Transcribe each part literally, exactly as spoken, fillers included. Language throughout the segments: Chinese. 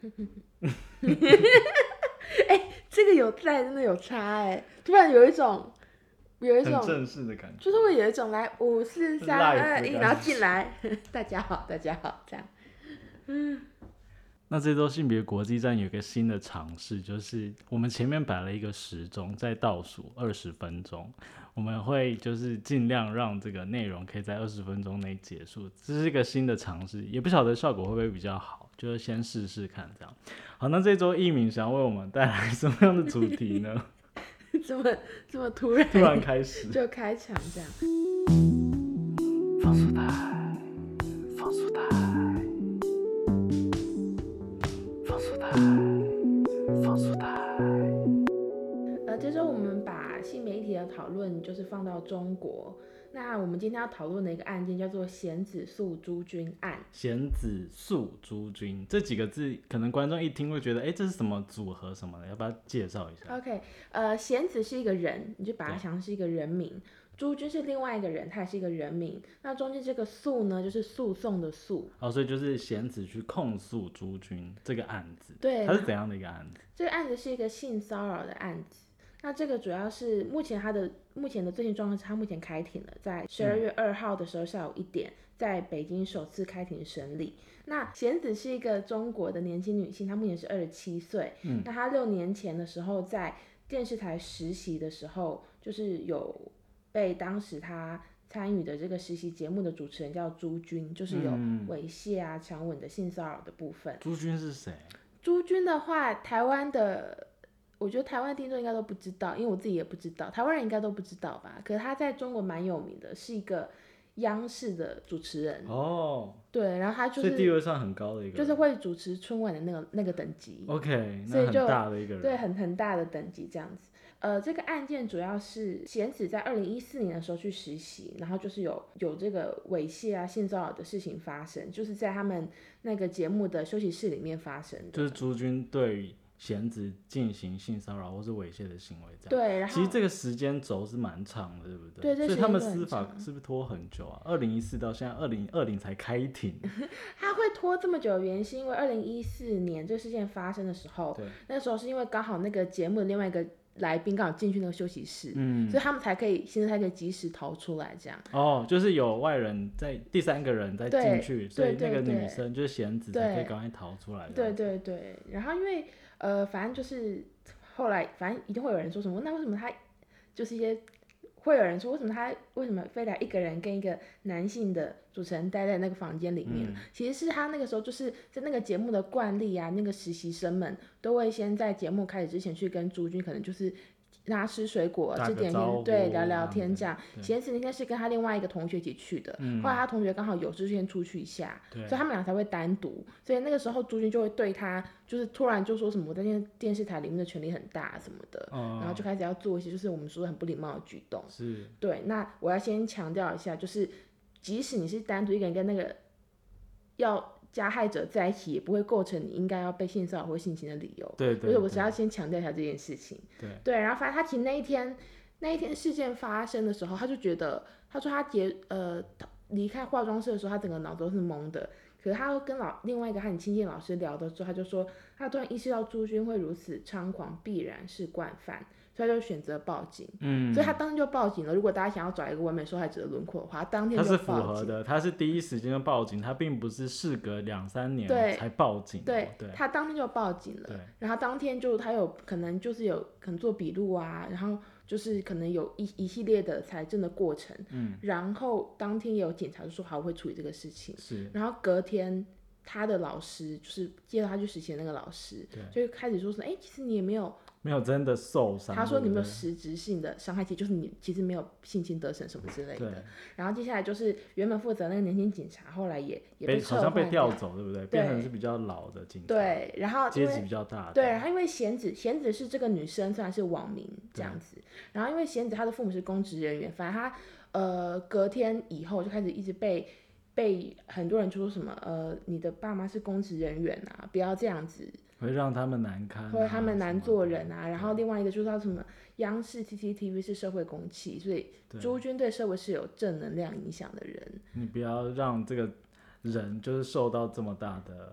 哎，这个有在真的有差哎，突然有一种有一种很正式的感觉， 就是会有一种来五四三二一，然后进来，大家好，大家好，这样。嗯， 那这周性别国际站有一个新的尝试，就是我们前面摆了一个时钟，在倒数二十分钟，我们会就是尽量让这个内容可以在二十分钟内结束，这是一个新的尝试，也不晓得效果会不会比较好，就是先试试看这样。好，那这周艺敏想为我们带来什么样的主题呢？ 这么这么突然， 突然开始就开场这样。 放速台，放速台，放速台，放速台。 呃，这周我们把性别议题的讨论就是放到中国。那我们今天要讨论的一个案件叫做贤子素朱军案。 贤子素朱军这几个字，可能观众一听会觉得，哎，这是什么组合什么的，要不要介绍一下 ？OK， 呃，贤子是一个人，你就把它想成是一个人名。朱军是另外一个人，他也是一个人名。那中间这个诉呢，就是诉讼的诉。 哦，所以就是贤子去控诉朱军这个案子。 对， 它是怎样的一个案子？ 这个案子是一个性骚扰的案子。那这个主要是目前他的目前的最新状况是，他目前开庭了，在十二月二号的时候下午一点，在北京首次开庭审理。那贤子是一个中国的年轻女性，她目前是二十七岁。嗯，那她六年前的时候在电视台实习的时候，就是有被当时她参与的这个实习节目的主持人叫朱军，就是有猥亵啊、强吻的性骚扰的部分。 朱军是谁？ 朱军的话，台湾的。我觉得台湾听众应该都不知道，因为我自己也不知道，台湾人应该都不知道吧。可是他在中国蛮有名的，是一个央视的主持人。 哦， 对，然后他就是， 所以地位上很高的一个人， 就是会主持春晚的那个那个等级。 OK， 所以就那很大的一个人， 对，很很大的等级这样子。呃，这个案件主要是贤子在二零一四年的时候去实习，然后就是有有这个猥亵啊、性骚扰的事情发生，就是在他们那个节目的休息室里面发生的。 就是朱军对于贤子进行性骚扰或是猥亵的行为，这样。对，然后其实这个时间轴是蛮长的，对不对？ 对，所以他们司法是不是拖很久啊？二零一四到现在二零二零才开庭。 他会拖这么久的原因是因为二零一四年这个事件发生的时候，那时候是因为刚好那个节目的另外一个来宾刚好进去那个休息室，嗯，所以他们才可以，现在才可以及时逃出来，这样。 哦，就是有外人在，第三个人再进去，所以那个女生就是贤子才可以赶快逃出来。 对对对，然后因为呃，反正就是后来，反正一定会有人说什么，那为什么他就是一些会有人说，为什么他为什么非得一个人跟一个男性的主持人待在那个房间里面？嗯、其实是他那个时候就是在那个节目的惯例啊，那个实习生们都会先在节目开始之前去跟朱军，可能就是让他吃水果、吃点心，对，聊聊天这样。贤子那天是跟他另外一个同学一起去的，嗯、后来他同学刚好有事先出去一下，所以他们俩才会单独。所以那个时候朱军就会对他，就是突然就说什么我在电电视台里面的权力很大什么的，嗯、然后就开始要做一些就是我们说的很不礼貌的举动。 是， 对。那我要先强调一下，就是即使你是单独一个人跟那个要加害者在一起，也不会构成你应该要被性骚扰或性侵的理由。 对 对, 对， 所以我是要先强调一下这件事情。 对对，然后反正他其实那一天那一天事件发生的时候，他就觉得，他说他结呃离开化妆室的时候，他整个脑子都是懵的。可是他跟老另外一个他很亲近的老师聊的时候，他就说他突然意识到朱军会如此猖狂，必然是惯犯。所以他就选择报警，嗯，所以他当天就报警了。如果大家想要找一个完美受害者的轮廓的话，他当天就报警。 他是符合的，他是第一时间就报警，他并不是事隔两三年才报警。 对，对，他当天就报警了。然后当天就他有可能就是有可能做笔录啊，然后就是可能有一一系列的财政的过程，嗯，然后当天也有检察就说好，我会处理这个事情。 是， 然后隔天他的老师就是接到他去实习的那个老师，就开始说什么，哎，其实你也没有。 没有真的受伤， 他说你没有实质性的伤害，其实就是你其实没有性侵得逞什么之类的。然后接下来就是原本负责那个年轻警察，后来也也被撤换掉， 好像被调走，对不对？对，变成是比较老的警察。 对，然后阶级比较大的。 对，然后因为贤子贤子是这个女生，虽然是网名这样子，然后因为贤子她的父母是公职人员，反正她呃隔天以后就开始一直被被很多人就说什么呃你的爸妈是公职人员啊，不要这样子。 会让他们难堪、啊， 会让他们难做人啊。然后另外一个就是他什么，央视 C C T V 是社会公器，所以朱军对社会是有正能量影响的人。 你不要让这个人就是受到这么大的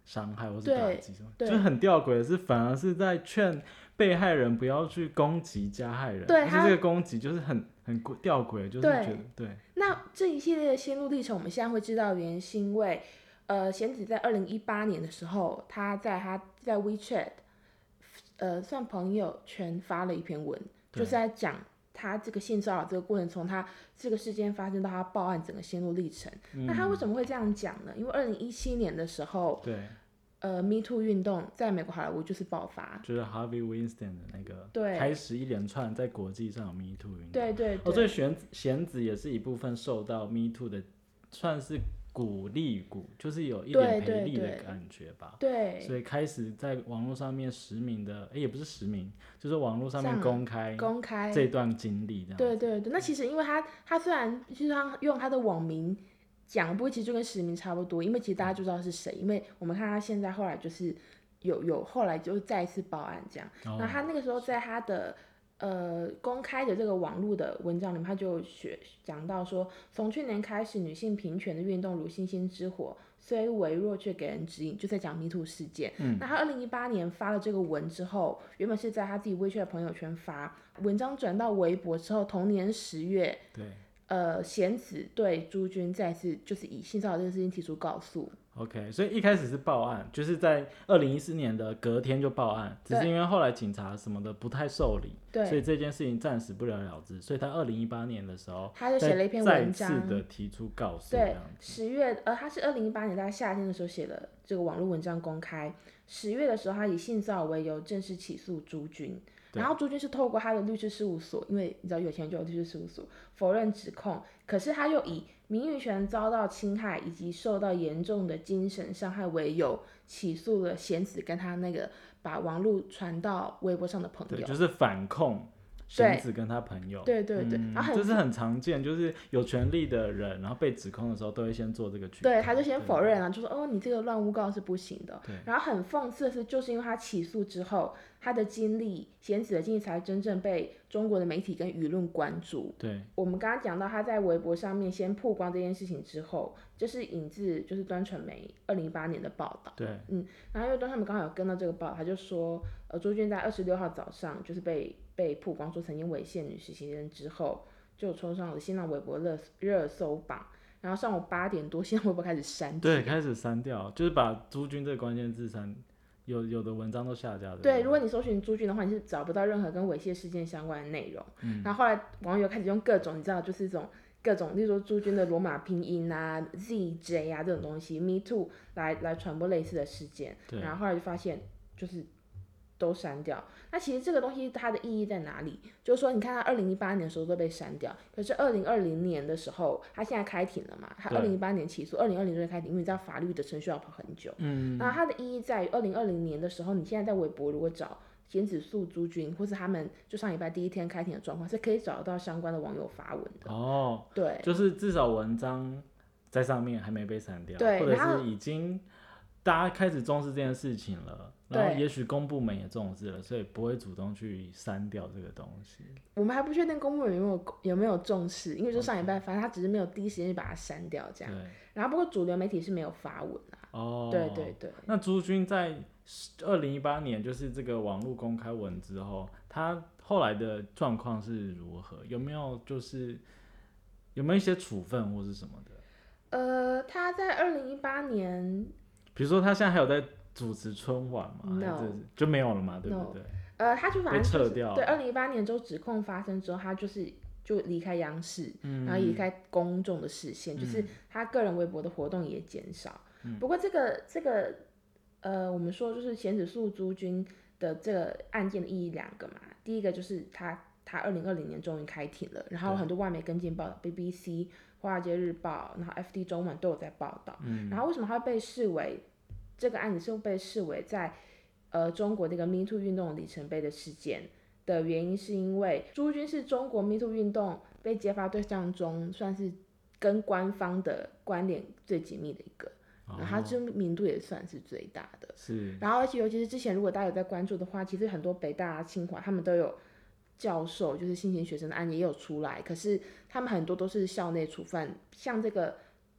伤害或是打击什么， 对就是很吊诡的是，反而是在劝被害人不要去攻击加害人， 对， 而且这个攻击就是很很吊诡，就是觉得对。 那这一系列的心路历程，我们现在会知道原因是因为，呃，贤子在二零一八年的时候，他在他在 WeChat， 呃，算朋友圈发了一篇文，就是在讲他这个性骚扰这个过程，从他这个事件发生到他报案整个心路历程。嗯、那他为什么会这样讲呢？因为二零一七年的时候， 对， 呃 ，Me Too 运动在美国好莱坞就是爆发， 就是 Harvey Weinstein 的那个， 对， 开始一连串在国际上有 Me Too 运动， 对对对， 哦，所以贤贤子也是一部分受到 Me Too 的，算是鼓励鼓，就是有一点培力的感觉吧。 对，对对所以开始在网络上面实名的，哎，也不是实名，就是网络上面公开公开这段经历这样。 对对对，那其实因为他他虽然就是他用他的网名讲，不过其实就跟实名差不多，因为其实大家就知道是谁，因为我们看他现在后来就是有有后来就再一次报案这样。哦、那他那个时候在他的呃公开的这个网络的文章里面，他就学讲到说，从去年开始，女性平权的运动如星星之火，虽微弱却给人指引，就在讲 Me Too 事件。嗯、那他二零一八年发了这个文之后，原本是在他自己微信的朋友圈发，文章转到微博之后，同年十月， 对， 呃，贤子对朱军再次就是以性骚扰这个事情提出告诉。 OK， 所以一开始是报案，就是在二零一四年的隔天就报案，只是因为后来警察什么的不太受理，所以这件事情暂时不了了之。所以他二零一八年的时候， 他就写了一篇文章， 再次的提出告诉。 对，十月，呃，他是二零一八年在夏天的时候写了这个网络文章公开，十月的时候他以性骚扰为由正式起诉朱军。然后朱军是透过他的律师事务所，因为你知道有钱人就有律师事务所，否认指控，可是他又以名誉权遭到侵害以及受到严重的精神伤害为由，起诉了贤子跟他那个把网络传到微博上的朋友， 对，就是反控贤子跟他朋友， 对对对， 嗯、 然后这是很常见，就是有权利的人，然后被指控的时候都会先做这个举动， 对，他就先否认了，就说哦你这个乱诬告是不行的， 对， 然后很讽刺的是，就是因为他起诉之后，他的经历，贤子的经历才真正被中国的媒体跟舆论关注。 对， 我们刚刚讲到他在微博上面先曝光这件事情之后，就是引自就是端传媒二零一八年的报道。 对， 嗯，然后因为端传媒刚好有跟到这个报道，他就说，呃，朱军在二十六号早上就是被被曝光说曾经猥亵女实习生之后，就冲上了新浪微博热热搜榜。然后上午八点多，新浪微博开始删帖， 对，开始删掉，就是把朱军这个关键字删。有有的文章都下架的。 对，如果你搜寻朱军的话，你是找不到任何跟猥亵事件相关的内容。嗯、然后后来网友开始用各种，你知道，就是这种各种，例如说朱军的罗马拼音啊、Z J 啊这种东西 ，Me Too 来来传播类似的事件。然后后来就发现，就是都删掉。那其实这个东西它的意义在哪里？就是说，你看他二零一八年的时候都被删掉，可是二零二零年的时候，他现在开庭了嘛？他二零一八年起诉，二零二零年开庭，因为你知道法律的程序要跑很久。嗯。那它的意义在于，二零二零年的时候，你现在在微博如果找贤子诉朱军，或是他们就上礼拜第一天开庭的状况，是可以找得到相关的网友发文的。 哦。 对。 就是至少文章在上面还没被删掉， 对， 或者是已经大家开始重视这件事情了。然后也许公部门也重视了，所以不会主动去删掉这个东西。 我们还不确定公部门有没有有没有重视，因为就上礼拜反正他只是没有第一时间就把它删掉这样。然后不过主流媒体是没有发文啊。哦。对对对。 那朱军在二零一八年就是这个网络公开文之后，他后来的状况是如何？有没有就是有没有一些处分或是什么的？ 呃，他在二零一八年， 比如说他现在还有在主持春晚嘛？ No. 就没有了嘛，对不对？ No. 呃，他就反正、就是、 被撤掉了。 对，二零一八年之后指控发生之后，他就是就离开央视，嗯、然后离开公众的视线，嗯、就是他个人微博的活动也减少。嗯、不过这个这个呃，我们说就是贤子诉朱军的这个案件的意义两个嘛，第一个就是他他二零二零年终于开庭了，然后很多外媒跟进报道 ，B B C、华尔街日报，然后 F T 中文都有在报道。嗯、然后为什么他会被视为这个案子是被视为在呃中国这个 Me Too 运动里程碑的事件的原因，是因为朱军是中国 Me Too 运动被揭发对象中算是跟官方的关联最紧密的一个，然后他知名度也算是最大的。 是。 然后而且尤其是之前如果大家有在关注的话，其实很多北大、清华他们都有教授就是性侵学生的案件也有出来，可是他们很多都是校内处分，像这个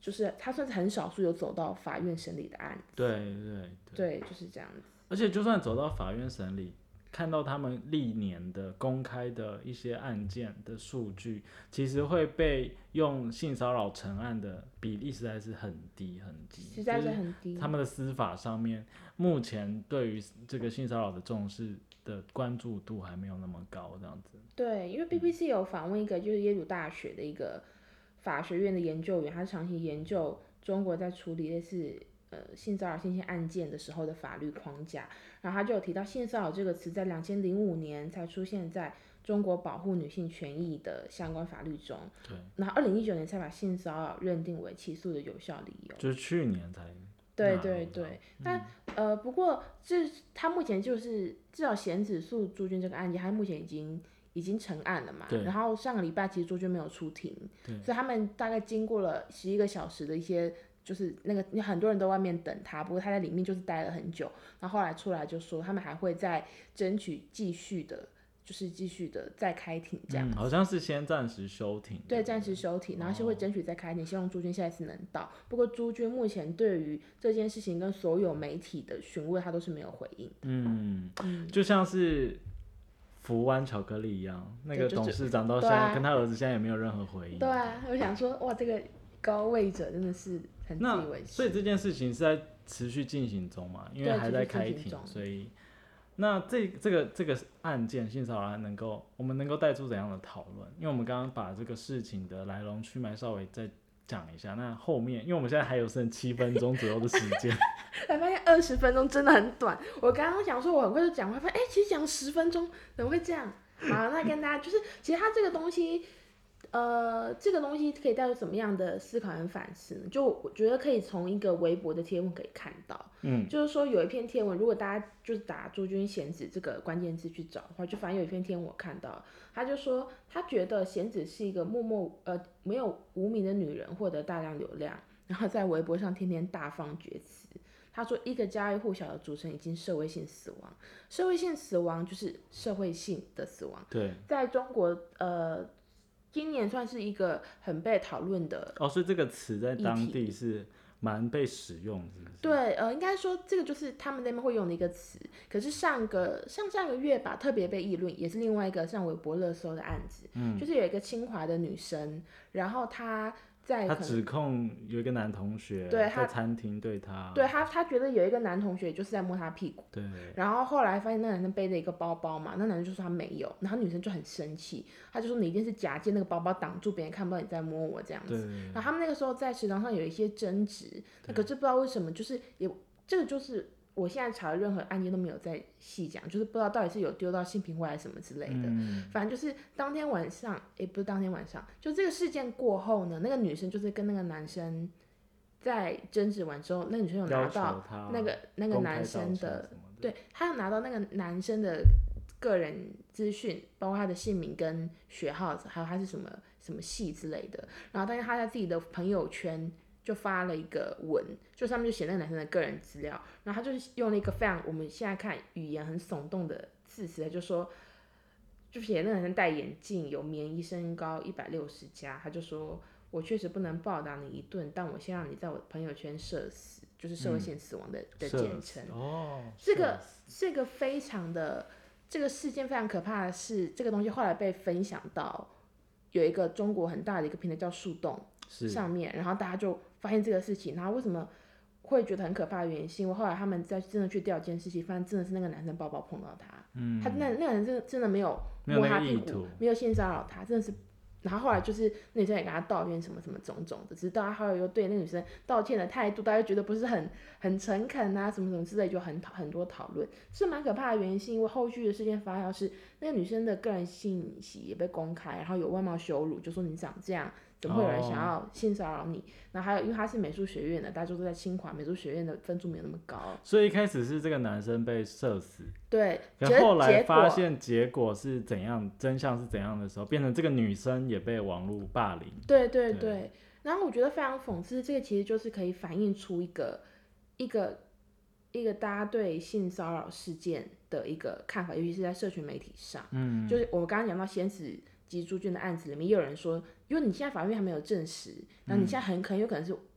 就是他算是很少数有走到法院审理的案子。 对对对，就是这样子。 而且就算走到法院审理，看到他们历年的公开的一些案件的数据，其实会被用性骚扰成案的比例实在是很低很低， 实在是很低。 他们的司法上面，目前对于这个性骚扰的重视的关注度还没有那么高，这样子。 对，因为 B B C 有访问一个就是耶鲁大学的一个法学院的研究员，他长期研究中国在处理类似呃性骚扰性侵案件的时候的法律框架，然后他就有提到性骚扰这个词在两千零五年才出现在中国保护女性权益的相关法律中， 对， 然后二零一九年才把性骚扰认定为起诉的有效理由， 就是去年才。 对对对，但、嗯、呃不过这他目前就是至少贤子诉朱军这个案件，他目前已经。已经成案了嘛，然后上个礼拜其实朱军没有出庭，所以他们大概经过了十一个小时的一些，就是那个很多人都外面等他，不过他在里面就是待了很久，然后后来出来就说他们还会再争取继续的，就是继续的再开庭这样、 嗯，好像是先暂时休庭， 对，暂时休庭，然后是会争取再开庭，哦、希望朱军下一次能到。不过朱军目前对于这件事情跟所有媒体的询问，他都是没有回应。 嗯，嗯就像是。福湾巧克力一样，那个董事长到现在、啊、跟他儿子现在也没有任何回应。 对啊，我想说，哇，这个高位者真的是很自以为是。 所以这件事情是在持续进行中嘛，因为还在开庭，所以那这这个这个案件性骚扰案能够我们能够带出怎样的讨论？因为我们刚刚把这个事情的来龙去脉稍微再讲一下，那后面因为我们现在还有剩七分钟左右的时间。 才发现二十分钟真的很短。我刚刚想说我很快就讲完，发现哎，其实讲十分钟怎么会这样？好，那跟大家就是，其实它这个东西，呃，这个东西可以带有什么样的思考和反思呢？就我觉得可以从一个微博的贴文可以看到，嗯，就是说有一篇贴文，如果大家就是打朱军贤子这个关键字去找的话，就反正有一篇贴文我看到，他就说他觉得贤子是一个默默呃没有无名的女人，获得大量流量，然后在微博上天天大放厥词。他说，一个家喻户晓的主持人已经社会性死亡，社会性死亡就是社会性的死亡。 对， 在中国，呃，今年算是一个很被讨论的。 哦，所以这个词在当地是蛮被使用的，是不是？ 对，呃，应该说这个就是他们那边会用的一个词。可是上个上上个月吧，特别被议论，也是另外一个上微博热搜的案子，嗯，就是有一个清华的女生，然后她。 他指控有一个男同学在餐厅对他， 对他，他觉得有一个男同学就是在摸他屁股， 对。 然后后来发现那男生背着一个包包嘛，那男生就说他没有，然后女生就很生气，他就说你一定是假借那个包包挡住别人看不到你在摸我这样子。然后他们那个时候在食堂上有一些争执，可是不知道为什么就是也这个就是。我现在查的任何案件都没有在细讲，就是不知道到底是有丢到性平会还是什么之类的。嗯、反正就是当天晚上，也不是当天晚上，就这个事件过后呢，那个女生就是跟那个男生在争执完之后，那个女生有拿到那个那个男生的，对，她有拿到那个男生的个人资讯，包括他的姓名跟学号，还有他是什么什么系之类的。然后，但是他在自己的朋友圈。就发了一个文，就上面就写那个男生的个人资料，然后他就是用了一个非常我们现在看语言很耸动的字词，就说，就写那个男生戴眼镜，有棉衣，身高一百六十加，他就说我确实不能报答你一顿，但我先让你在我的朋友圈社死，就是社会性死亡的、嗯、的简称。 哦， 这个这个非常的这个事件非常可怕的是，这个东西后来被分享到有一个中国很大的一个平台叫树洞上面，然后大家就。发现这个事情，然后为什么会觉得很可怕的原因，是因为后来他们在真的去调监视器，发现真的是那个男生包包碰到他，嗯，他那那个人真的真的没有摸他屁股，没有性骚扰他，真的是。然后后来就是那女生也跟他道歉，什么什么种种的，只是到他后来又对那女生道歉的态度，大家觉得不是很很诚恳啊，什么什么之类，就很很多讨论，是蛮可怕的原因，是因为后续的事件发酵是那个女生的个人信息也被公开，然后有外貌羞辱，就说你长这样。怎么会有人想要性骚扰你？ Oh. 然后还有，因为他是美术学院的，大家都在清华美术学院的分数没有那么高， 所以一开始是这个男生被射死， 对， 可后来发现结果是怎样，真相是怎样的时候，变成这个女生也被网络霸凌。 对对 对, 对。然后我觉得非常讽刺，这个其实就是可以反映出一个一个一个大家对性骚扰事件的一个看法，尤其是在社群媒体上。嗯，就是我刚刚讲到先死及朱军的案子里面，也有人说，因为你现在法院还没有证实，然后你现在很可能有可能是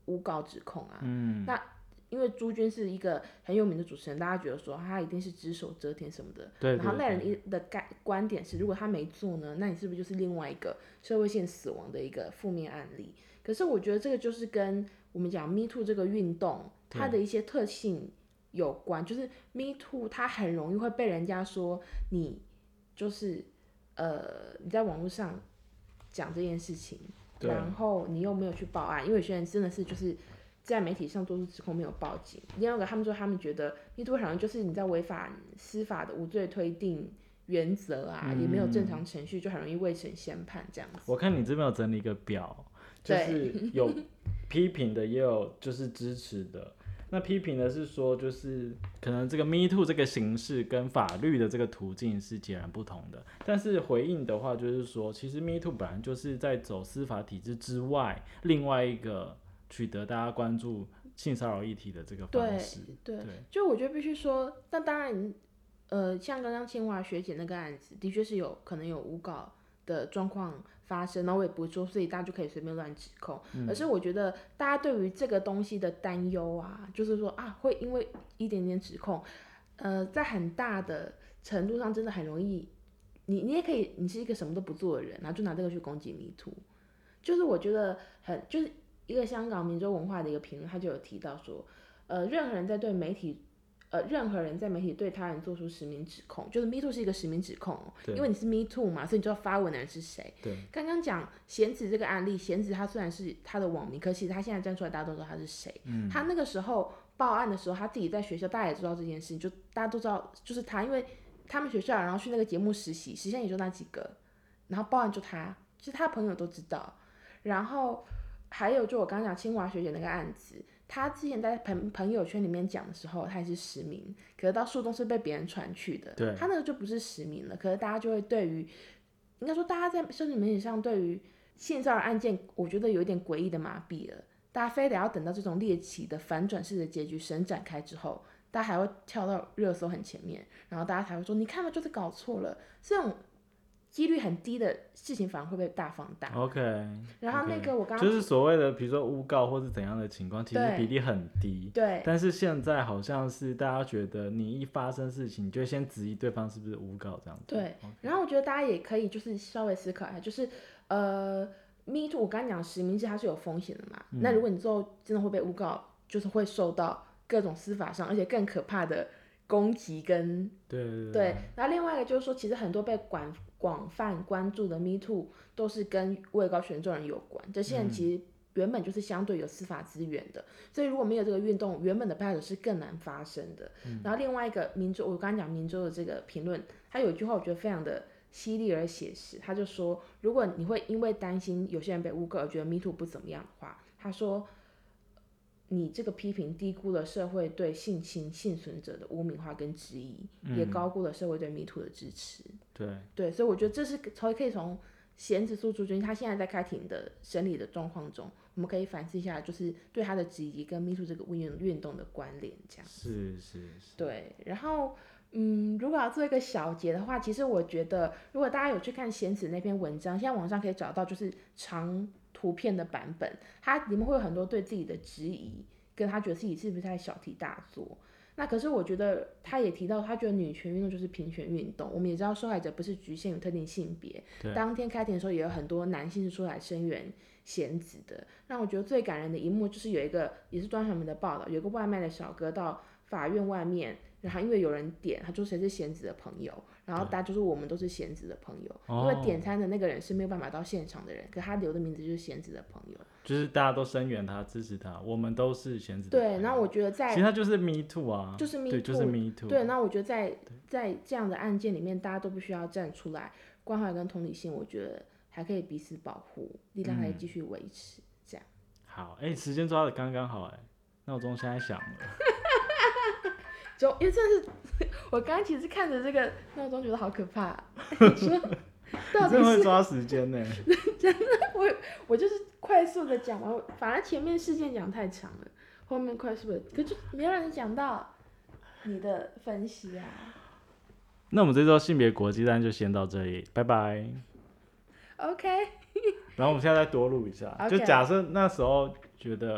诬告指控啊。 嗯， 那因为朱军是一个很有名的主持人，大家觉得说他一定是只手遮天什么的。 对对对。 然后那人的观点是，如果他没做呢，那你是不是就是另外一个社会性死亡的一个负面案例？可是我觉得这个就是跟我们讲 Me Too 这个运动它的一些特性有关，就是 Me Too 它很容易会被人家说你就是呃你在网络上讲这件事情，然后你又没有去报案，因为有些人真的是就是在媒体上做出指控没有报警。另外一个他们说他们觉得 Me Too 好像就是你在违反司法的无罪推定原则啊、嗯，也没有正常程序，就很容易未审先判这样子。 我看你这边有整理一个表，就是有批评的也有就是支持的。那批评的是说，就是可能这个 Me Too 这个形式跟法律的这个途径是截然不同的。但是回应的话，就是说，其实 Me Too 本来就是在走司法体制之外，另外一个取得大家关注性骚扰议题的这个方式。 对 对, 对，就我觉得必须说，那当然，呃，像刚刚清华学姐那个案子，的确是有可能有诬告的状况发生，然后我也不会说，所以大家就可以随便乱指控、嗯。而是我觉得大家对于这个东西的担忧啊，就是说啊，会因为一点点指控，呃，在很大的程度上真的很容易，你你也可以，你是一个什么都不做的人，然后就拿这个去攻击Me Too，就是我觉得很就是一个香港民族文化的一个评论，他就有提到说，呃，任何人在对媒体。呃，任何人在媒体对他人做出实名指控，就是 Me Too 是一个实名指控，因为你是 Me Too 嘛，所以你知道发文的人是谁。 对。 刚刚讲贤子这个案例，贤子他虽然是他的网名，可是他现在站出来，大家都知道他是谁、嗯。他那个时候报案的时候，他自己在学校，大家也知道这件事情，就大家都知道，就是他，因为他们学校，然后去那个节目实习，实习也就那几个，然后报案就他，其实他朋友都知道。然后还有就我刚刚讲清华学姐那个案子。他之前在朋朋友圈里面讲的时候，他也是实名，可是到树洞是被别人传去的， 对， 他那个就不是实名了。可是大家就会对于，应该说大家在社群媒体上对于性骚扰案件，我觉得有一点诡异的麻痹了。大家非得要等到这种猎奇的反转式的结局神展开之后，大家还会跳到热搜很前面，然后大家才会说，你看嘛，就是搞错了，这种。几率很低的事情反而会被大放大。 OK。 然后那个我刚刚就是所谓的，比如说诬告或是怎样的情况，其实比例很低。 对。 但是现在好像是大家觉得你一发生事情，你就会先质疑对方是不是诬告这样子。 对。Okay. 然后我觉得大家也可以就是稍微思考一下，就是呃 ，Me Too 我刚刚讲实名制它是有风险的嘛、嗯。那如果你之后真的会被诬告，就是会受到各种司法上，而且更可怕的攻击跟。 对对 对, 对。然后另外一个就是说，其实很多被管。广泛关注的 Me Too 都是跟位高权重人有关，这些人其实原本就是相对有司法资源的、嗯，所以如果没有这个运动，原本的 battle 是更难发生的。嗯、然后另外一个民州，我刚刚讲民州的这个评论，他有一句话我觉得非常的犀利而写实，他就说，如果你会因为担心有些人被诬告而觉得 Me Too 不怎么样的话，他说。你这个批评低估了社会对性侵幸存者的污名化跟质疑、嗯，也高估了社会对 Me Too 的支持。 对对，所以我觉得这是从可以从贤子诉朱军他现在在开庭的审理的状况中，我们可以反思一下，就是对他的质疑跟 Me Too 这个运运动的关联，这样。 是是是。 对，然后嗯，如果要做一个小结的话，其实我觉得，如果大家有去看贤子那篇文章，现在网上可以找到就是长。图片的版本，他里面会有很多对自己的质疑，跟他觉得自己是不是在小题大做。那可是我觉得他也提到，他觉得女权运动就是平权运动。我们也知道受害者不是局限于特定性别。当天开庭的时候，也有很多男性是出来声援贤子的。让我觉得最感人的一幕就是有一个也是端传媒的报道，有一个外卖的小哥到法院外面，然后因为有人点，他说谁是贤子的朋友。然后大家就说我们都是贤子的朋友、哦，因为点餐的那个人是没有办法到现场的人，可他留的名字就是贤子的朋友， 就是大家都声援他、支持他，我们都是贤子的朋友。 对，然后我觉得在其实他就是 Me Too 啊， 就是 Me Too， 对，就是 Me Too。 对，那我觉得在在这样的案件里面，大家都必须要站出来，关怀跟同理心，我觉得还可以彼此保护，力量还可以继续维持、嗯，这样。 好，哎、欸，时间抓的刚刚好、欸，哎，闹钟现在响了。 就因为真的是，我刚刚其实看着这个闹钟觉得好可怕、啊。你说，到底是你真的会抓时间呢？ 真的，我我就是快速的讲完，反而前面事件讲太长了，后面快速的，可是没有人讲到你的分析啊。 那我们这周性别国际站就先到这里，拜拜。 OK。 然后我们现在再多录一下， okay. 就假设那时候觉得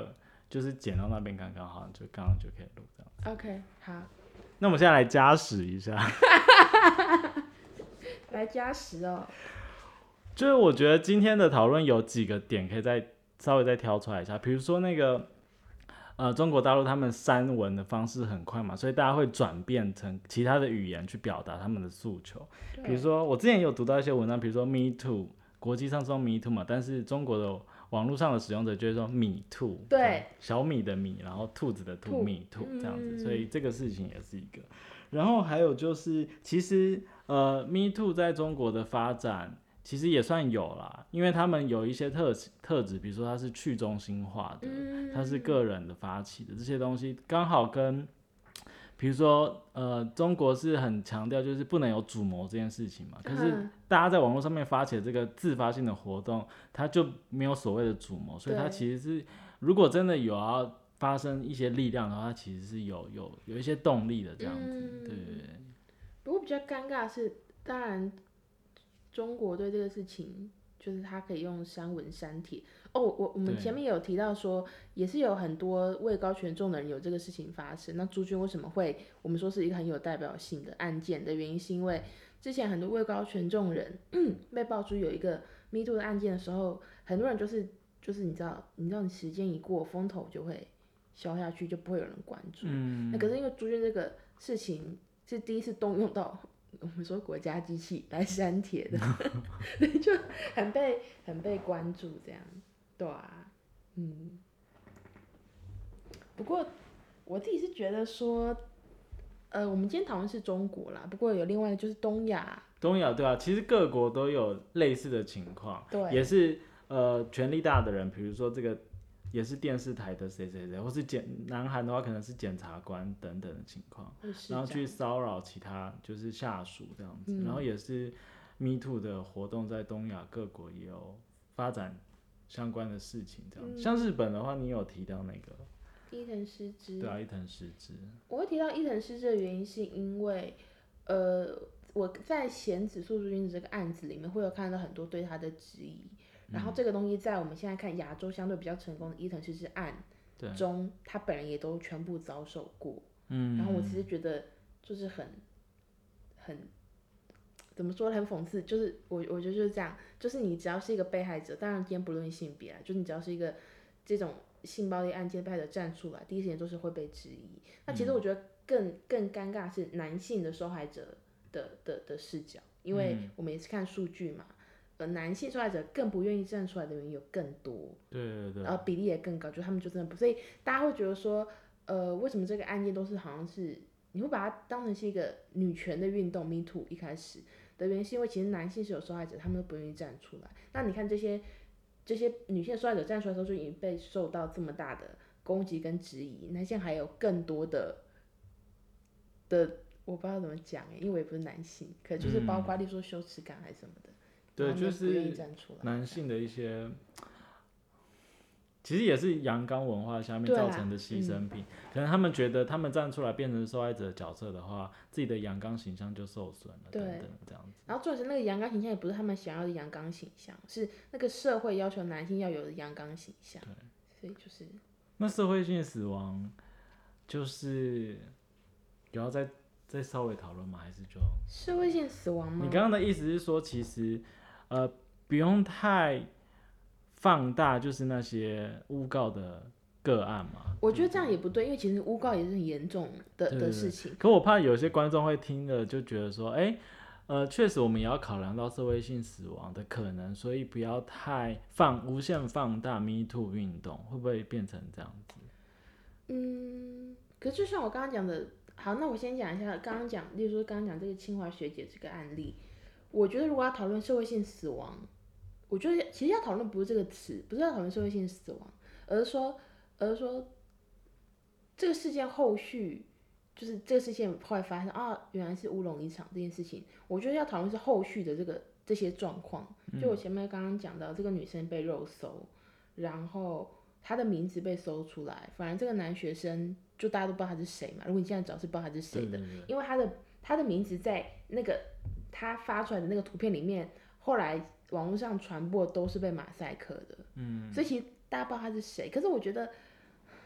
就是剪到那边刚刚好，就刚刚就可以录这样子。 OK， 好， 那我们现在来加时一下， 来加时哦。 就是我觉得今天的讨论有几个点可以再稍微再挑出来一下，比如说那个。呃，中国大陆他们删文的方式很快嘛，所以大家会转变成其他的语言去表达他们的诉求。比如说，我之前有读到一些文章，比如说 Me Too， 国际上说 Me Too 嘛，但是中国的网络上的使用者就会说米兔， 对， 小米的米，然后兔子的兔，米兔这样子， 嗯， 所以这个事情也是一个。然后还有就是，其实呃 Me Too 在中国的发展。其实也算有啦，因为他们有一些 特, 特质，比如说它是去中心化的，它是个人的发起的，这些东西刚好跟，比如说呃，中国是很强调就是不能有主谋这件事情嘛，可是大家在网络上面发起的这个自发性的活动，它就没有所谓的主谋，所以它其实是如果真的有要发生一些力量的话，它其实是有有有一些动力的这样子，嗯、对。 不过比较尴尬的是，当然。中国对这个事情，就是他可以用删文删帖哦。我我们前面有提到说，也是有很多位高权重的人有这个事情发生。那朱军为什么会我们说是一个很有代表性的案件的原因，是因为之前很多位高权重人、嗯、被爆出有一个 Me Too 的案件的时候，很多人就是就是你知道，你知道你时间一过，风头就会消下去，就不会有人关注。嗯、那可是因为朱军这个事情是第一次动用到。我们说国家机器来删帖的，对，就很被很被关注这样，对啊，嗯。不过我自己是觉得说，呃，我们今天讨论是中国啦，不过有另外就是东亚。 东亚对啊，其实各国都有类似的情况， 对， 也是呃权力大的人，比如说这个。也是电视台的谁谁谁，或是检南韩的话可能是检察官等等的情况，然后去骚扰其他就是下属这样子，嗯、然后也是 Me Too 的活动在东亚各国也有发展相关的事情这样、嗯、像日本的话，你有提到那个伊藤诗织， 对啊，伊藤诗织， 我会提到伊藤诗织的原因是因为呃我在贤子诉诸君子这个案子里面会有看到很多对他的质疑。然后这个东西在我们现在看亚洲相对比较成功的伊藤诗织案中，他本人也都全部遭受过。嗯，然后我其实觉得就是很很怎么说很讽刺，就是我我觉得就是这样，就是你只要是一个被害者，当然今天不论性别啦，就是你只要是一个这种性暴力案件被害者站出来，第一时间都是会被质疑。那其实我觉得更更尴尬是男性的受害者的的的视角，因为我们也是看数据嘛。呃，男性受害者更不愿意站出来的原因有更多， 对对对， 然后比例也更高，就他们就真的不，所以大家会觉得说，呃，为什么这个案件都是好像是你会把它当成是一个女权的运动 ，Me Too 一开始的原因是因为其实男性是有受害者，他们都不愿意站出来。那你看这些这些女性受害者站出来的时候，就已经被受到这么大的攻击跟质疑，男性还有更多的的我不知道怎么讲哎，因为我也不是男性，可能就是包括例如说羞耻感还是什么的。 对，就是男性的一些，其实也是阳刚文化下面造成的牺牲品。嗯、可能他们觉得他们站出来变成受害者的角色的话，自己的阳刚形象就受损了，等等这样子。 然后重点是那个阳刚形象也不是他们想要的阳刚形象，是那个社会要求男性要有的阳刚形象。对，所以就是。 那社会性死亡，就是有要再再稍微讨论吗？还是就社会性死亡吗？ 你刚刚的意思是说，其实。呃，不用太放大，就是那些诬告的个案嘛。 我觉得这样也不对，因为其实诬告也是很严重的的事情。 可我怕有些观众会听了就觉得说，哎、欸，呃，确实我们也要考量到社会性死亡的可能，所以不要太放无限放大 Me Too 运动，会不会变成这样子？ 嗯，可是就像我刚刚讲的，好，那我先讲一下刚刚讲，例如说刚刚讲这个清华学姐这个案例。我觉得如果要讨论社会性死亡，我觉得其实要讨论不是这个词，不是要讨论社会性死亡，而是说，而是说这个事件后续，就是这个事件后来发生啊，原来是乌龙一场这件事情，我觉得要讨论是后续的这个这些状况。就我前面刚刚讲到，这个女生被肉搜，然后她的名字被搜出来，反正这个男学生就大家都不知道他是谁嘛。如果你现在找是不知道他是谁的，因为他的他的名字在那个。他发出来的那个图片里面，后来网络上传播都是被马赛克的，嗯，所以其实大家不知道他是谁。可是我觉得，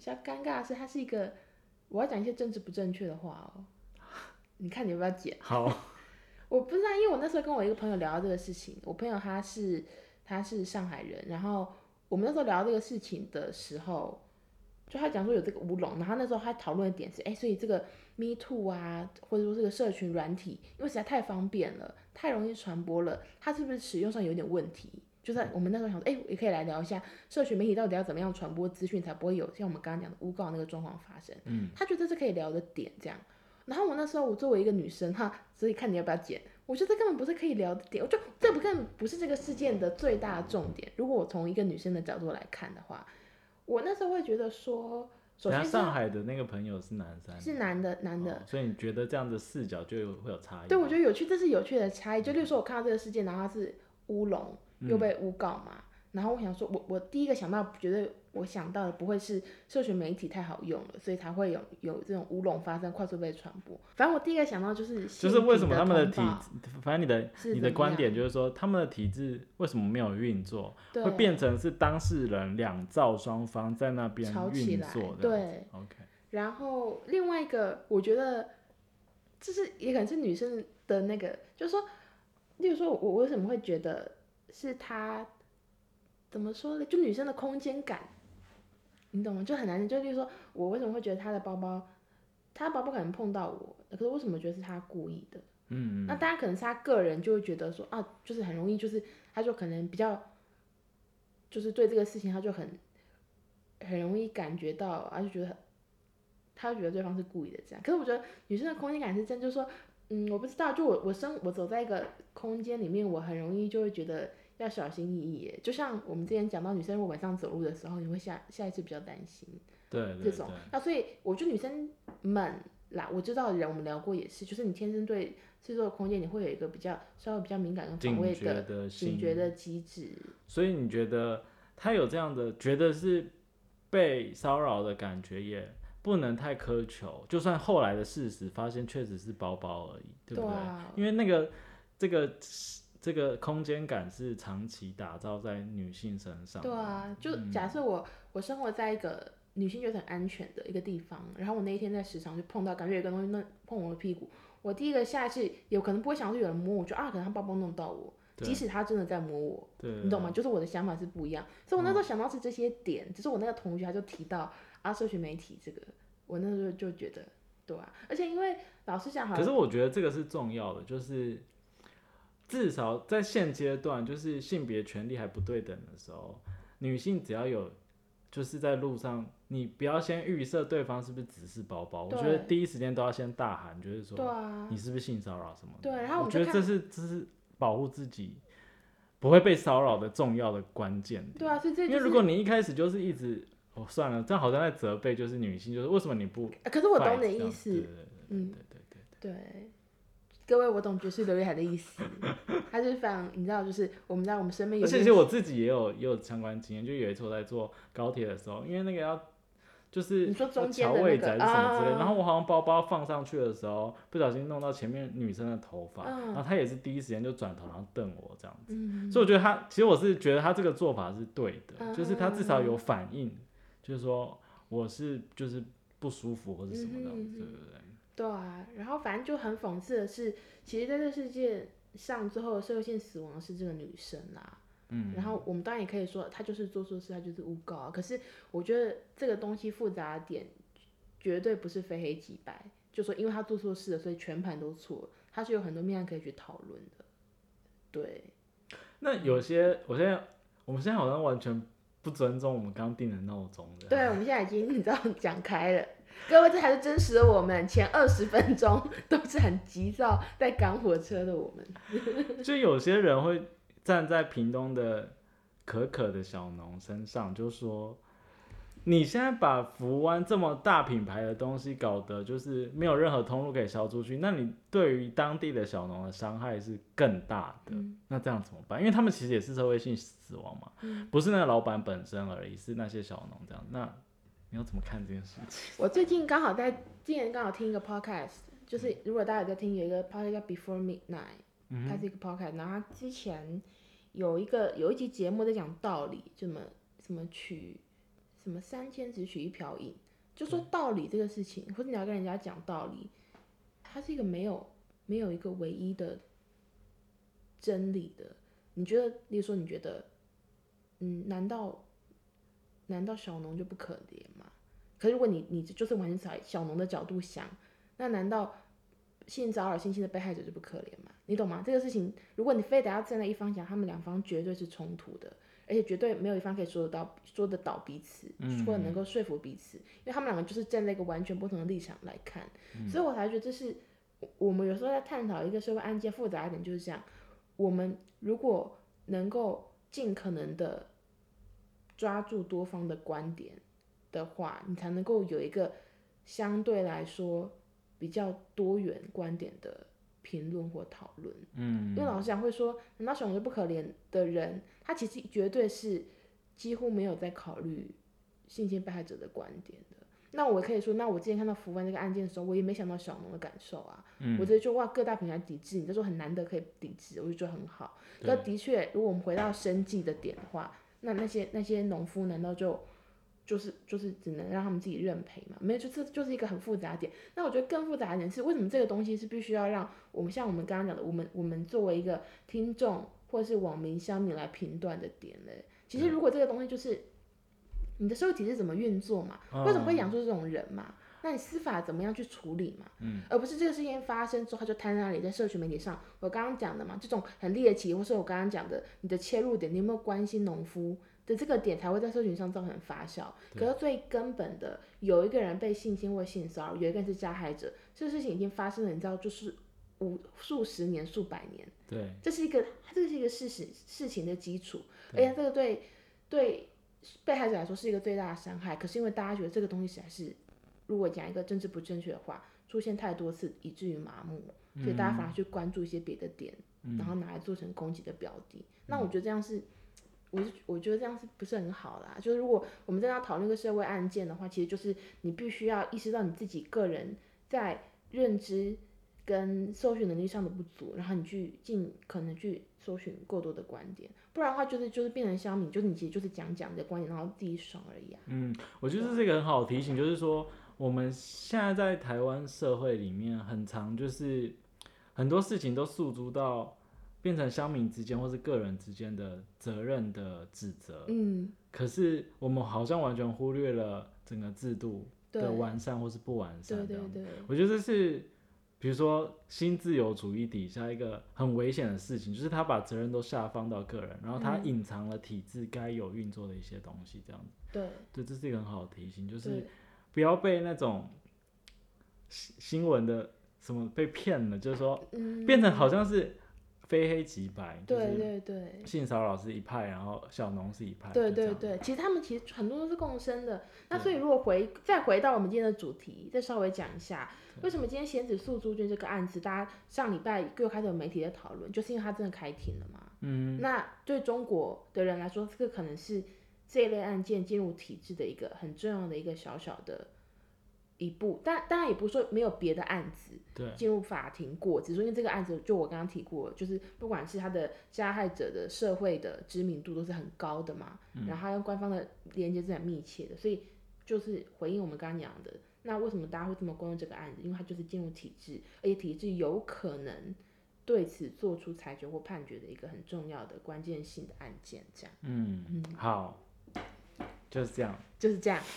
较尴尬的是，它是一个我要讲一些政治不正确的话哦，你看你要不要剪？ 好， 我不知道，因为我那时候跟我一个朋友聊到这个事情，我朋友他是他是上海人，然后我们那时候聊这个事情的时候，就他讲说有这个乌龙，然后那时候他讨论的点是，哎，所以这个 Me Too 啊，或者说这个社群软体，因为实在太方便了，太容易传播了，它是不是使用上有点问题？就是我们那时候想说，哎，也可以来聊一下社群媒体到底要怎么样传播资讯，才不会有像我们刚刚讲的诬告那个状况发生。嗯，他觉得这是可以聊的点，这样。然后我那时候我作为一个女生哈，所以看你要不要剪，我觉得这根本不是可以聊的点，我就这不根本不是这个事件的最大的重点。如果我从一个女生的角度来看的话，我那时候会觉得说，首先上海的那个朋友是男生， 是男的，男的、 哦，所以你觉得这样的视角就有会有差异？ 对，我觉得有趣，这是有趣的差异。就例如说，我看到这个事件，然后他是乌龙又被诬告嘛，嗯、然后我想说，我我第一个想到，觉得我想到的不会是社群媒体太好用了，所以才会有有这种乌龙发生，快速被传播。反正我第一个想到就是就是为什么他们的体，反正你的你的观点就是说，他们的体制为什么没有运作，会变成是当事人两造双方在那边运作的。 对 ，OK。 然后另外一个，我觉得这是也可能是女生的那个，就是说，例如说我我为什么会觉得是她怎么说呢？就女生的空间感。你懂吗？就很难，就例如说，我为什么会觉得他的包包，他的包包可能碰到我，可是为什么觉得是他故意的？嗯，那大家可能是他个人就会觉得说啊，就是很容易，就是他就可能比较，就是对这个事情他就很很容易感觉到，啊就觉得他就觉得对方是故意的这样。可是我觉得女生的空间感是真，就是说，嗯，我不知道，就我我生我走在一个空间里面，我很容易就会觉得。要小心翼翼耶，就像我们之前讲到，女生如果晚上走路的时候，你会下下一次比较担心， 对这种。那所以我觉得女生们啦，我知道的人我们聊过也是，就是你天生对四周的空间，你会有一个比较稍微比较敏感跟防卫的警觉的机制。 所以你觉得他有这样的觉得是被骚扰的感觉，也不能太苛求，就算后来的事实发现确实是包包而已，对不对？对啊、因为那个这个。这个空间感是长期打造在女性身上。 对啊，就假设我、嗯、我生活在一个女性觉得很安全的一个地方，然后我那一天在时常就碰到，感觉有一个东西弄碰我的屁股，我第一个下一次有可能不会想说有人摸我，就啊可能他包包弄到我，即使他真的在摸我，你懂吗？就是我的想法是不一样，所以我那时候想到是这些点，嗯、只是我那个同学他就提到啊社群媒体这个，我那时候就觉得对啊，而且因为老实讲好， 可是我觉得这个是重要的，就是。至少在现阶段，就是性别权利还不对等的时候，女性只要有，就是在路上，你不要先预设对方是不是只是包包，我觉得第一时间都要先大喊，就是说，啊、你是不是性骚扰什么的。 对，然后我, 我觉得这是这是保护自己不会被骚扰的重要的关键点。 对啊，所以这、就是、 因为如果你一开始就是一直，哦算了，这样好像在责备就是女性，就是为什么你不、 啊？可是我懂你的意思， 对对对嗯，对对对对。 对各位，我懂爵士琉璃海的意思，他就是非常，你知道，就是我们在我们身边有。 而且其实我自己也有也有相关经验，就有一次我在坐高铁的时候，因为那个要就是你说中间的那个什么之类， 啊、 然后我好像包包放上去的时候，不小心弄到前面女生的头发，嗯、然后她也是第一时间就转头然后瞪我这样子，嗯、所以我觉得他其实我是觉得他这个做法是对的，嗯、就是他至少有反应，就是说我是就是不舒服或者什么这样子，对不对？ 对啊，然后反正就很讽刺的是，其实在这世界上最后社会性死亡是这个女生啦。嗯，然后我们当然也可以说她就是做错事，她就是诬告啊。可是我觉得这个东西复杂的点绝对不是非黑即白，就说因为她做错事了，所以全盘都错了，它是有很多面向可以去讨论的。对。 那有些，我现在我们现在好像完全不尊重我们刚定的闹钟的。 对，我们现在已经你知道讲开了。各位，这才是真实的我们。前二十分钟都是很急躁，在赶火车的我们。 就有些人会站在屏东的可可的小农身上，就说：“你现在把福湾这么大品牌的东西搞得就是没有任何通路可以销出去，那你对于当地的小农的伤害是更大的。嗯、那这样怎么办？因为他们其实也是社会性死亡嘛，嗯、不是那个老板本身而已，是那些小农这样。那你要怎么看这件事情？ 我最近刚好在，今年刚好听一个 podcast， 就是如果大家有在听，有一个 podcast 叫 Before Midnight，嗯、它是一个 podcast， 然后它之前有一个有一集节目在讲道理，就什么什么取什么三千只取一瓢饮，就说道理这个事情，或者你要跟人家讲道理，它是一个没有没有一个唯一的真理的。你觉得，例如说，你觉得，嗯，难道难道小农就不可怜吗？可是如果你你就是完全从小农的角度想，那难道性骚扰性侵的被害者就不可怜吗？你懂吗？这个事情，如果你非得要站在一方讲，他们两方绝对是冲突的，而且绝对没有一方可以说得到、说得倒彼此，或者能够说服彼此，因为他们两个就是站在一个完全不同的立场来看，嗯、所以我才觉得这是我们有时候在探讨一个社会案件复杂一点，就是这样。我们如果能够尽可能的抓住多方的观点的话，你才能够有一个相对来说比较多元观点的评论或讨论。嗯，因为老实讲会说，难道小农就不可怜的人，他其实绝对是几乎没有在考虑性侵被害者的观点的。那我可以说，那我之前看到福湾这个案件的时候，我也没想到小农的感受啊。嗯、我直接就哇，各大品牌抵制，你就说很难得可以抵制，我就觉得很好。可的确，如果我们回到生计的点的话，那那些那些农夫难道就就是就是只能让他们自己认赔吗？没有，就这就是一个很复杂的点。那我觉得更复杂的点是，为什么这个东西是必须要让我们像我们刚刚讲的，我们我们作为一个听众或者是网民乡民来评断的点嘞？其实如果这个东西就是你的社会体制怎么运作嘛？为什么会养出这种人嘛？那你司法怎么样去处理嘛？嗯、而不是这个事情发生之后他就摊在那里，在社群媒体上，我刚刚讲的嘛，这种很猎奇，或是我刚刚讲的，你的切入点，你有没有关心农夫的这个点，才会在社群上造成发酵。可是最根本的，有一个人被性侵或性骚扰，有一个人是加害者，这个事情已经发生了，你知道，就是无数十年、数百年。对，这是一个，这是一个事实事情的基础，而且这个对对被害者来说是一个最大的伤害。可是因为大家觉得这个东西实在是，如果讲一个政治不正确的话，出现太多次，以至于麻木，所以大家反而去关注一些别的点，嗯、然后拿来做成攻击的标的。嗯、那我觉得这样是，我是我觉得这样是不是很好啦？就是如果我们真的要讨论一个社会案件的话，其实就是你必须要意识到你自己个人在认知跟搜寻能力上的不足，然后你去尽可能去搜寻过多的观点，不然的话就是就是变成乡民，就是你其实就是讲讲你的观点，然后自己爽而已啊。 嗯，我觉得这是一个很好的提醒，就是说我们现在在台湾社会里面，很常就是很多事情都诉诸到变成乡民之间或是个人之间的责任的指责。嗯，可是我们好像完全忽略了整个制度的完善或是不完善。对对对，我觉得这是。比如说新自由主义底下一个很危险的事情，就是他把责任都下放到个人，然后他隐藏了体制该有运作的一些东西，这样子。对，对，这是一个很好的提醒，就是不要被那种新闻的什么被骗了，就是说、嗯、变成好像是非黑即白。对对对，性骚扰是一派，然后小农是一派。 对对对，其实他们其实很多都是共生的。那所以如果回再回到我们今天的主题，再稍微讲一下，为什么今天贤子诉朱军这个案子，大家上礼拜又开始有媒体在讨论，就是因为他真的开庭了嘛。嗯。那对中国的人来说，这个可能是这一类案件进入体制的一个很重要的一个小小的一步，但当然也不是说没有别的案子进入法庭过，只是说因为这个案子就我刚刚提过，就是不管是他的加害者的社会的知名度都是很高的嘛，嗯、然后他跟官方的连接是很密切的，所以就是回应我们刚刚讲的，那为什么大家会这么关注这个案子？因为它就是进入体制，而且体制有可能对此做出裁决或判决的一个很重要的关键性的案件，这样。 嗯嗯，好，就是这样， 就是这样。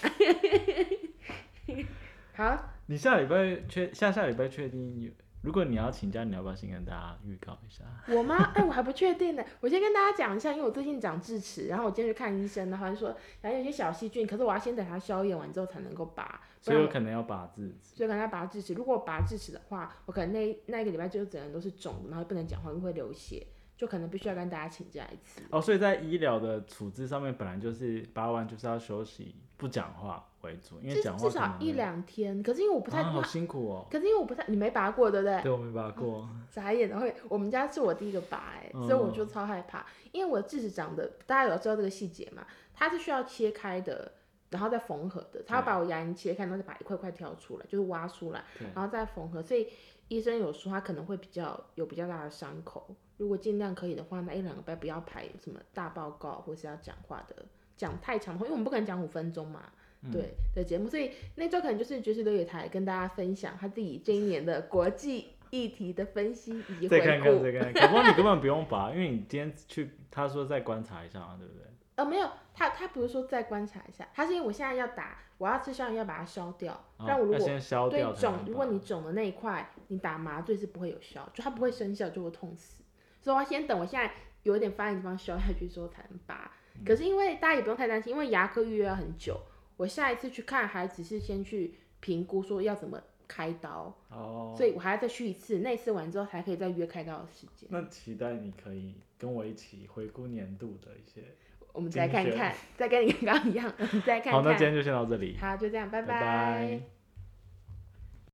好， 你下礼拜确下下礼拜确定？如果你要请假，你要不要先跟大家预告一下？ 我吗？哎、欸，我还不确定呢。我先跟大家讲一下，因为我最近长智齿，然后我今天去看医生，然后就说好像有些小细菌，可是我要先等它消炎完之后才能够拔， 所以我可能要拔智齿。 所以可能要拔智齿。如果我拔智齿的话，我可能那那一个礼拜就整个人都是肿的，然后不能讲话，因为会流血，就可能必须要跟大家请假一次。 哦，所以在医疗的处置上面，本来就是拔完就是要休息，不讲话为主，因为讲话至少一两天。可是因为我不太、 啊、好辛苦哦。 可是因为我不太，你没拔过对不对？ 对，我没拔过。 傻眼的会，我们家是我第一个拔哎、欸嗯，所以我就超害怕，因为我的智齿长的，大家有知道这个细节嘛？它是需要切开的，然后再缝合的。他要把我牙龈切开，然后再把一块块挑出来，就是挖出来，然后再缝合。所以医生有说他可能会比较有比较大的伤口。如果尽量可以的话，那一两个礼拜不要排什么大报告或是要讲话的讲太长，因为我们不可能讲五分钟嘛。 嗯对的节目，所以那周可能就是爵士留野台跟大家分享他自己这一年的国际议题的分析以及回顾。 再看看，再看看，可不你根本不用拔，因为你今天去，他说再观察一下嘛，对不对？ 呃，没有，他他不是说再观察一下，他是因为我现在要打，我要吃消炎药把它消掉，不然我如果要先消掉对肿，如果你肿的那一块，你打麻醉是不会有效，就它不会生效，就会痛死。所以我要先等我现在有一点发炎的地方消下去之后才能拔。可是因为大家也不用太担心，因为牙科预约要很久，我下一次去看还只是先去评估说要怎么开刀， 哦， 所以我还要再去一次，那一次完之后才可以再约开刀的时间。 那期待你可以跟我一起回顾年度的一些。 我们再看看，再跟你刚刚一样，我们再看看。 好，那今天就先到这里。 好，就这样，拜拜拜。